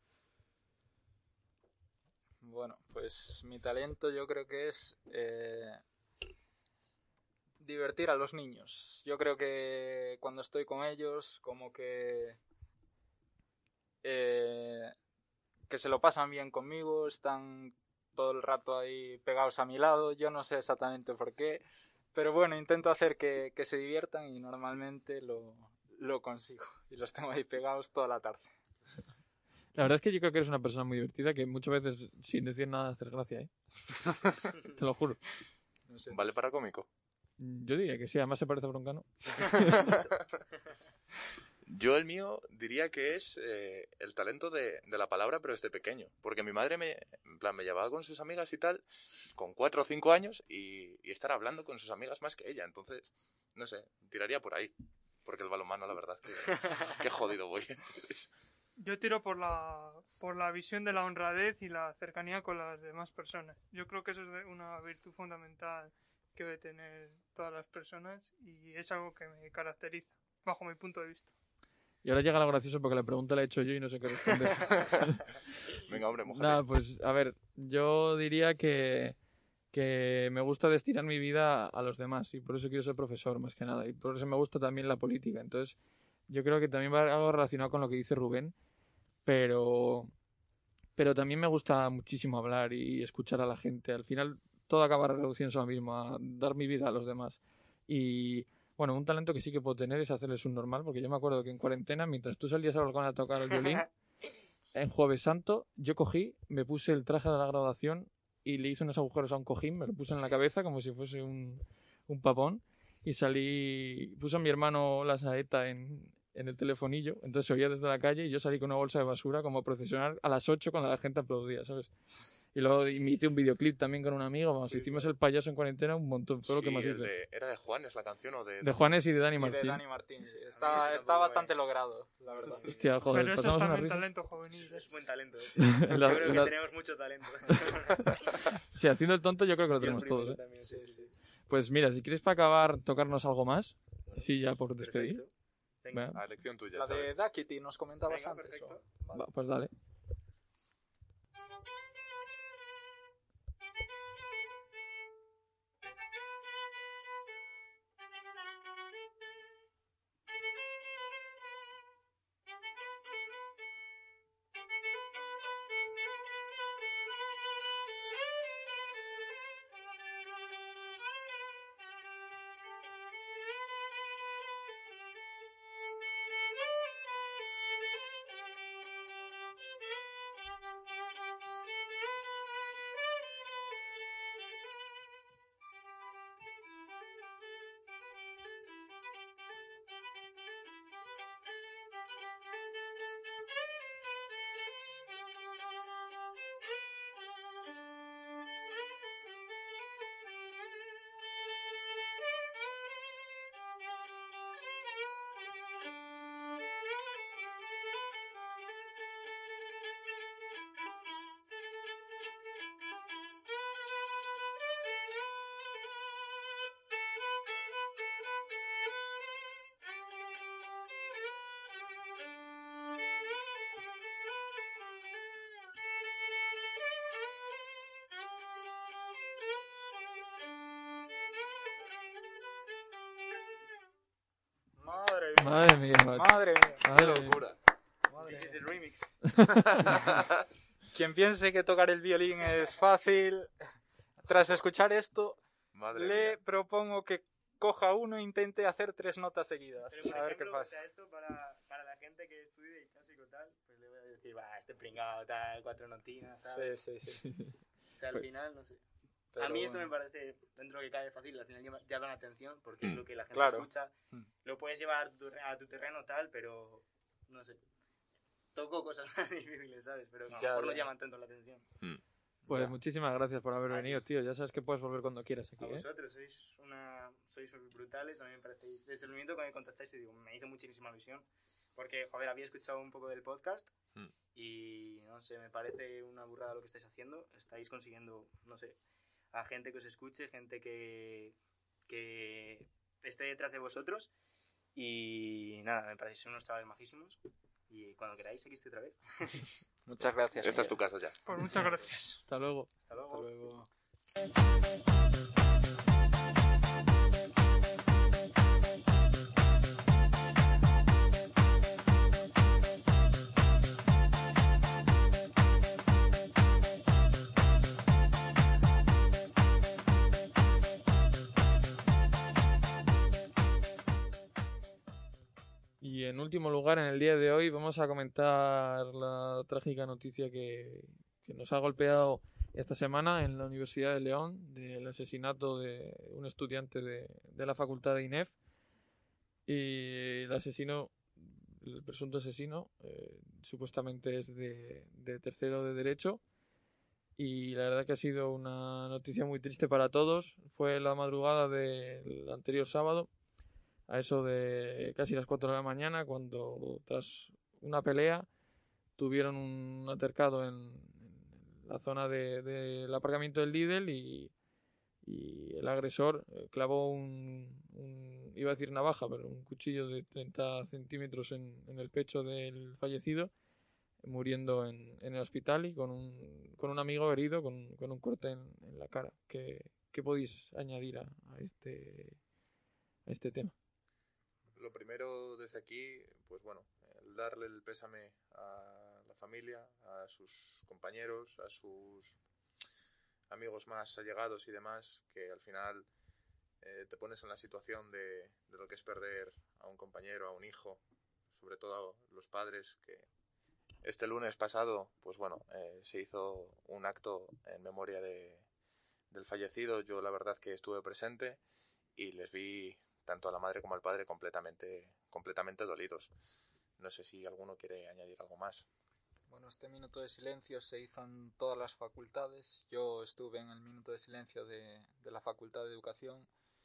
Bueno, pues mi talento yo creo que es eh, divertir a los niños. Yo creo que cuando estoy con ellos, como que eh, que se lo pasan bien conmigo, están todo el rato ahí pegados a mi lado. Yo no sé exactamente por qué, pero bueno, intento hacer que, que se diviertan y normalmente lo, lo consigo. Y los tengo ahí pegados toda la tarde. La verdad es que yo creo que eres una persona muy divertida que muchas veces sin decir nada haces gracia, ¿eh? Te lo juro. No sé. ¿Vale para cómico? Yo diría que sí, además se parece a Broncano. Yo el mío diría que es eh, el talento de, de la palabra, pero desde pequeño. Porque mi madre me, en plan, me llevaba con sus amigas y tal, con cuatro o cinco años, y, y estar hablando con sus amigas más que ella. Entonces, no sé, tiraría por ahí. Porque el balonmano, la verdad, que, que jodido voy. Entonces, Yo tiro por la, por la visión de la honradez y la cercanía con las demás personas. Yo creo que eso es una virtud fundamental que debe tener todas las personas y es algo que me caracteriza, bajo mi punto de vista. Y ahora llega lo gracioso porque la pregunta la he hecho yo y no sé qué responder. venga, hombre, mójate. Nada, pues a ver, yo diría que, que me gusta destinar mi vida a los demás y por eso quiero ser profesor más que nada y por eso me gusta también la política. Entonces yo creo que también va algo relacionado con lo que dice Rubén, pero, pero también me gusta muchísimo hablar y escuchar a la gente. Al final todo acaba reduciéndose a lo mismo, a dar mi vida a los demás. Y bueno, un talento que sí que puedo tener es hacerles un normal, porque yo me acuerdo que en cuarentena, mientras tú salías al balcón a tocar el violín, en Jueves Santo, yo cogí, me puse el traje de la graduación y le hice unos agujeros a un cojín, me lo puse en la cabeza como si fuese un, un papón y salí, puse a mi hermano la saeta en, en el telefonillo, entonces se oía desde la calle y yo salí con una bolsa de basura como profesional a las ocho cuando la gente aplaudía, ¿sabes? Y luego hice un videoclip también con un amigo, vamos, hicimos el payaso en cuarentena un montón, fue lo que Sí, más el hice. de- ¿Era de Juanes la canción o de...? De Juanes y de Dani Y Martín. de Dani Martín, sí. A mí Está, ese está tampoco bastante me- logrado, la verdad. Hostia, joder, Pero eso es pasamos una también risa. talento juvenil. ¿eh? Es buen talento. ¿eh? La- Yo creo la- que tenemos mucho talento. Sí, haciendo el tonto yo creo que lo Yo el tenemos primero todos, ¿eh? también, sí, sí. Pues mira, si quieres para acabar tocarnos algo más, sí, ya por despedir. Perfecto. Venga. Venga, A elección tuya, La ¿sabes? de Dakity nos comentabas Venga, antes. perfecto. ¿o? Vale. va, pues dale. Thank you. Madre mía, macho. Madre mía. Madre ¡Qué mía. locura! Madre This is mía. the remix. Quien piense que tocar el violín es fácil, tras escuchar esto, Madre le mía. propongo que coja uno e intente hacer tres notas seguidas. Pero, por A ver ejemplo, qué o pasa. sea, esto para, para la gente que estudie clásico tal, pues le voy a decir, va, este pringado tal, cuatro notinas, Sí, ¿sabes? sí, sí. O sea, al Pues- final, no sé. Pero a mí esto bueno. me parece, dentro de lo que cabe fácil, al final llama- llaman la atención porque es Mm. lo que la gente Claro. escucha. Mm. Lo puedes llevar a tu, terre- a tu terreno tal, pero no sé. Toco cosas más difíciles, ¿sabes? Pero a lo Ya, mejor no ya. llaman tanto la atención. Pues Ya. muchísimas gracias por haber A ti. venido, tío. Ya sabes que puedes volver cuando quieras aquí, A ¿eh? vosotros sois una sois brutales, a mí me parecéis. Desde el momento que me contactáis, y digo, me hizo muchísima ilusión. Porque, joder, había escuchado un poco del podcast Mm. y, no sé, me parece una burrada lo que estáis haciendo. Estáis consiguiendo, no sé, a gente que os escuche, gente que, que esté detrás de vosotros. Y nada, me parecéis unos chavales majísimos. Y cuando queráis, aquí estoy otra vez. Muchas gracias. Esta es tu Miguel. casa ya. Pues muchas gracias. Hasta luego. Hasta luego. Hasta luego. Y en último lugar, en el día de hoy, vamos a comentar la trágica noticia que, que nos ha golpeado esta semana en la Universidad de León del asesinato de un estudiante de, de la facultad de I N E F. Y el asesino, el presunto asesino, eh, supuestamente es de, de tercero de Derecho. Y la verdad que ha sido una noticia muy triste para todos. Fue la madrugada del anterior sábado, a eso de casi las cuatro de la mañana, cuando tras una pelea tuvieron un altercado en, en la zona de- del aparcamiento del Lidl y, y el agresor eh, clavó un, un- iba a decir navaja, pero un cuchillo de treinta centímetros en, en el pecho del fallecido, muriendo en, en el hospital y con un, con un amigo herido con, con un corte en, en la cara. ¿Qué, qué podéis añadir a, a este, a este tema? Lo primero desde aquí, pues bueno, el darle el pésame a la familia, a sus compañeros, a sus amigos más allegados y demás, que al final eh, te pones en la situación de, de lo que es perder a un compañero, a un hijo, sobre todo a los padres, que este lunes pasado, pues bueno, eh, se hizo un acto en memoria de, del fallecido. Yo la verdad que estuve presente y les vi tanto a la madre como al padre completamente, completamente dolidos. No sé si alguno quiere añadir algo más. Bueno, este minuto de silencio se hizo en todas las facultades. Yo estuve en el minuto de silencio de, de la Facultad de Educación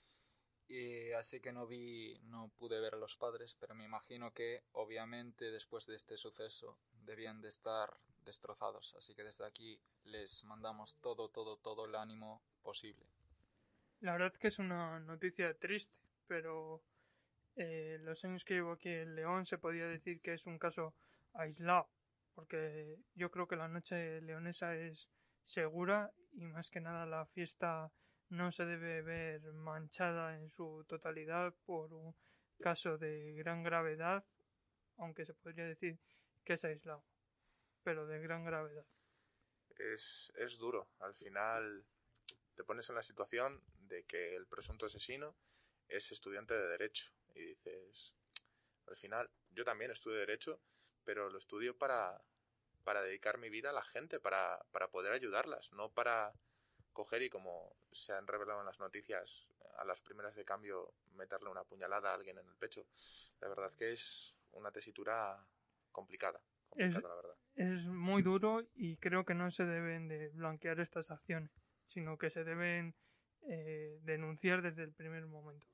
y así que no vi, no pude ver a los padres, pero me imagino que obviamente después de este suceso debían de estar destrozados. Así que desde aquí les mandamos todo, todo, todo el ánimo posible. La verdad que es una noticia triste, pero eh, los años que llevo aquí en León se podía decir que es un caso aislado, porque yo creo que la noche leonesa es segura y más que nada la fiesta no se debe ver manchada en su totalidad por un caso de gran gravedad, aunque se podría decir que es aislado, pero de gran gravedad. Es, es duro. Al final te pones en la situación de que el presunto asesino es estudiante de Derecho y dices, al final, yo también estudio Derecho, pero lo estudio para, para dedicar mi vida a la gente, para, para poder ayudarlas, no para coger y, como se han revelado en las noticias, a las primeras de cambio meterle una puñalada a alguien en el pecho. La verdad que es una tesitura complicada, complicada Es- la verdad. Es muy duro y creo que no se deben de blanquear estas acciones, sino que se deben eh, denunciar desde el primer momento.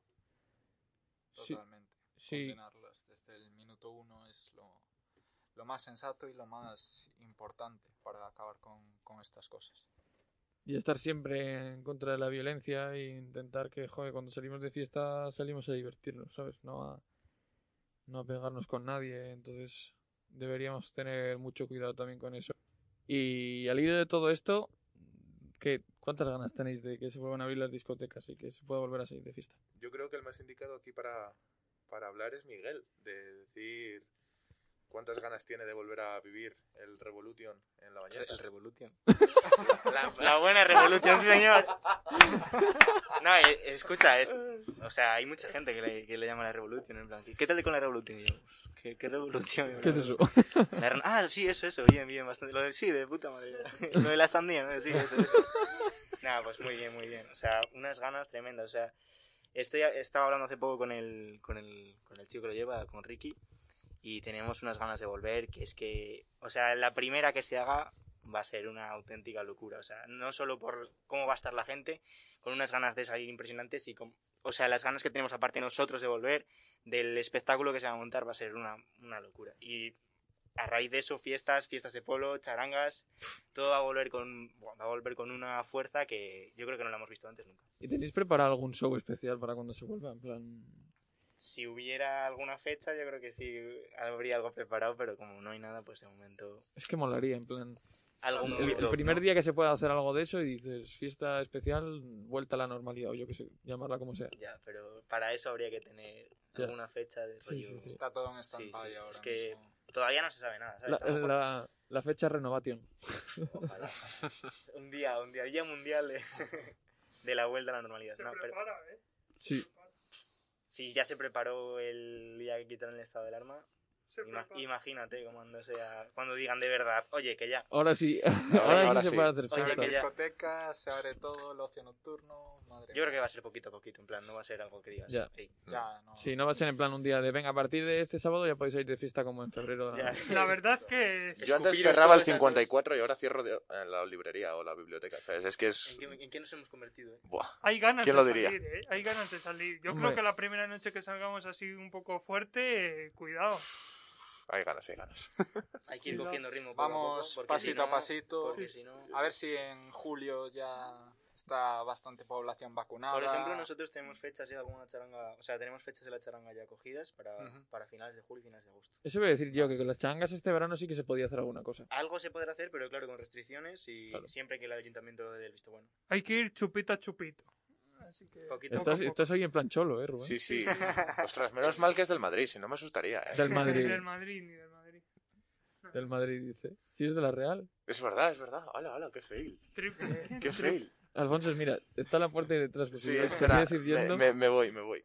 Sí, Totalmente. sí. Condenarlas desde el minuto uno es lo, lo más sensato y lo más importante para acabar con, con estas cosas. Y estar siempre en contra de la violencia e intentar que, joder, cuando salimos de fiesta salimos a divertirnos, ¿sabes? No a, no a pegarnos con nadie. Entonces deberíamos tener mucho cuidado también con eso. Y al hilo de todo esto, ¿qué, ¿cuántas ganas tenéis de que se vuelvan a abrir las discotecas y que se pueda volver a salir de fiesta? Yo creo que el más indicado aquí para, para hablar es Miguel, de decir cuántas ganas tiene de volver a vivir el Revolution en la bañera. El Revolution. La, la buena Revolution, sí, señor. No, eh, escucha, es, o sea, hay mucha gente que le, que le llama la Revolution, en plan, ¿qué tal con la Revolution? Y yo, ¿qué, qué Revolution? ¿Qué es eso? La, ah, sí, eso, eso, bien, bien, bastante. Lo de, sí, de puta madre. Lo de la sandía, ¿no? Sí, eso, eso. Nada, pues muy bien, muy bien. O sea, unas ganas tremendas. O sea, estoy, estaba hablando hace poco con el, con el, con el chico que lo lleva, con Ricky, y tenemos unas ganas de volver, que es que, o sea, la primera que se haga va a ser una auténtica locura. O sea, no solo por cómo va a estar la gente, con unas ganas de salir impresionantes, y con, o sea, las ganas que tenemos aparte nosotros de volver, del espectáculo que se va a montar, va a ser una, una locura. Y a raíz de eso, fiestas, fiestas de polo, charangas, todo va a volver con va a volver con una fuerza que yo creo que no la hemos visto antes nunca. ¿Y tenéis preparado algún show especial para cuando se vuelva? En plan... Si hubiera alguna fecha, yo creo que sí habría algo preparado, pero como no hay nada, pues de momento... Es que molaría, en plan... Algo El, muy el top, primer ¿no? día que se pueda hacer algo de eso y dices fiesta especial, vuelta a la normalidad, o yo que sé, llamarla como sea. Ya, pero para eso habría que tener Ya. alguna fecha de Sí, rollo... sí, sí. Está todo en Sí, stand-by sí, ahora es que mismo. todavía no se sabe nada, ¿sabes? La, A lo mejor- la, la fecha Renovation. Ojalá. Un día, un día, día mundial de, de la vuelta a la normalidad. Se No, pero prepara, ¿eh? Sí. si ya se preparó el día que quitaron el estado del alarma, Se ima- prepara. imagínate cuando sea, cuando digan de verdad, oye, que ya. Ahora sí, ahora, ahora sí, sí. se puede hacer Se Oye, fiesta. abren que ya- discotecas, se abre todo, el ocio nocturno, madre Yo creo que mía. va a ser poquito a poquito, en plan, no va a ser algo que digas. Ya. "Ey". Ya, no. Sí, no va a ser en plan un día de venga, a partir de este sábado ya podéis ir de fiesta como en febrero. Ya. La verdad que Yo antes Escupiros cerraba el todos esas cincuenta y cuatro y ahora cierro de- en la librería o la biblioteca, ¿sabes? Es que es... ¿En qué, en qué nos hemos convertido, eh? Buah. hay ganas ¿Quién de lo diría? salir, ¿eh? Hay ganas de salir. Yo Hombre. creo que la primera noche que salgamos así un poco fuerte, eh, cuidado. Hay ganas, hay ganas. Hay que ir Sí, cogiendo ritmo poco a Vamos poco, porque pasito si no- a pasito. porque si no... A ver si en julio ya está bastante población vacunada. Por ejemplo, nosotros tenemos fechas ya alguna charanga, o sea, tenemos fechas de la charanga ya cogidas para, Ujú. para finales de julio y finales de agosto. Eso voy a decir yo, que con las changas este verano sí que se podía hacer alguna cosa. Algo se podrá hacer, pero claro, con restricciones y Claro. siempre que el ayuntamiento dé el visto bueno. Hay que ir chupito a chupito. Así que... Poquito. Estás, poco. estás hoy en plan cholo, ¿eh, Rubén? Sí, sí. Ostras, menos mal que es del Madrid, si no me asustaría, ¿eh? Del Ni Madrid. del Madrid, ni del Madrid. Del Madrid, dice. Si es de la Real. Es verdad, es verdad. Hala, hala, qué fail. Triple. ¿eh? Qué fail. Alfonso, mira, está la puerta ahí detrás. Pues Sí, si espera, querías ir me, yendo. me- me voy, me voy.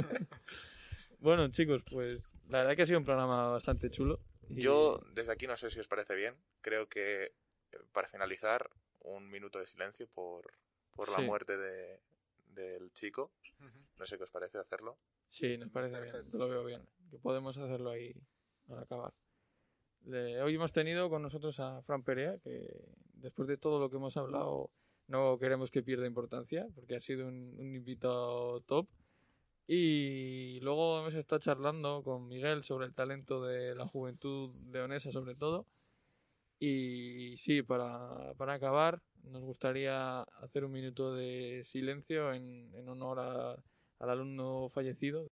Bueno, chicos, pues la verdad que ha sido un programa bastante chulo. y- Yo, desde aquí, no sé si os parece bien, creo que, eh, para finalizar, un minuto de silencio por, por la Sí. muerte de, del chico. Ujú. No sé qué os parece hacerlo. Sí, nos parece bien, Perfecto. yo lo veo bien. Que podemos hacerlo ahí al acabar. Le- hoy hemos tenido con nosotros a Fran Perea, que después de todo lo que hemos hablado no queremos que pierda importancia, porque ha sido un, un invitado top. Y luego hemos estado charlando con Miguel sobre el talento de la juventud leonesa sobre todo. Y sí, para, para acabar, nos gustaría hacer un minuto de silencio en, en honor a- al alumno fallecido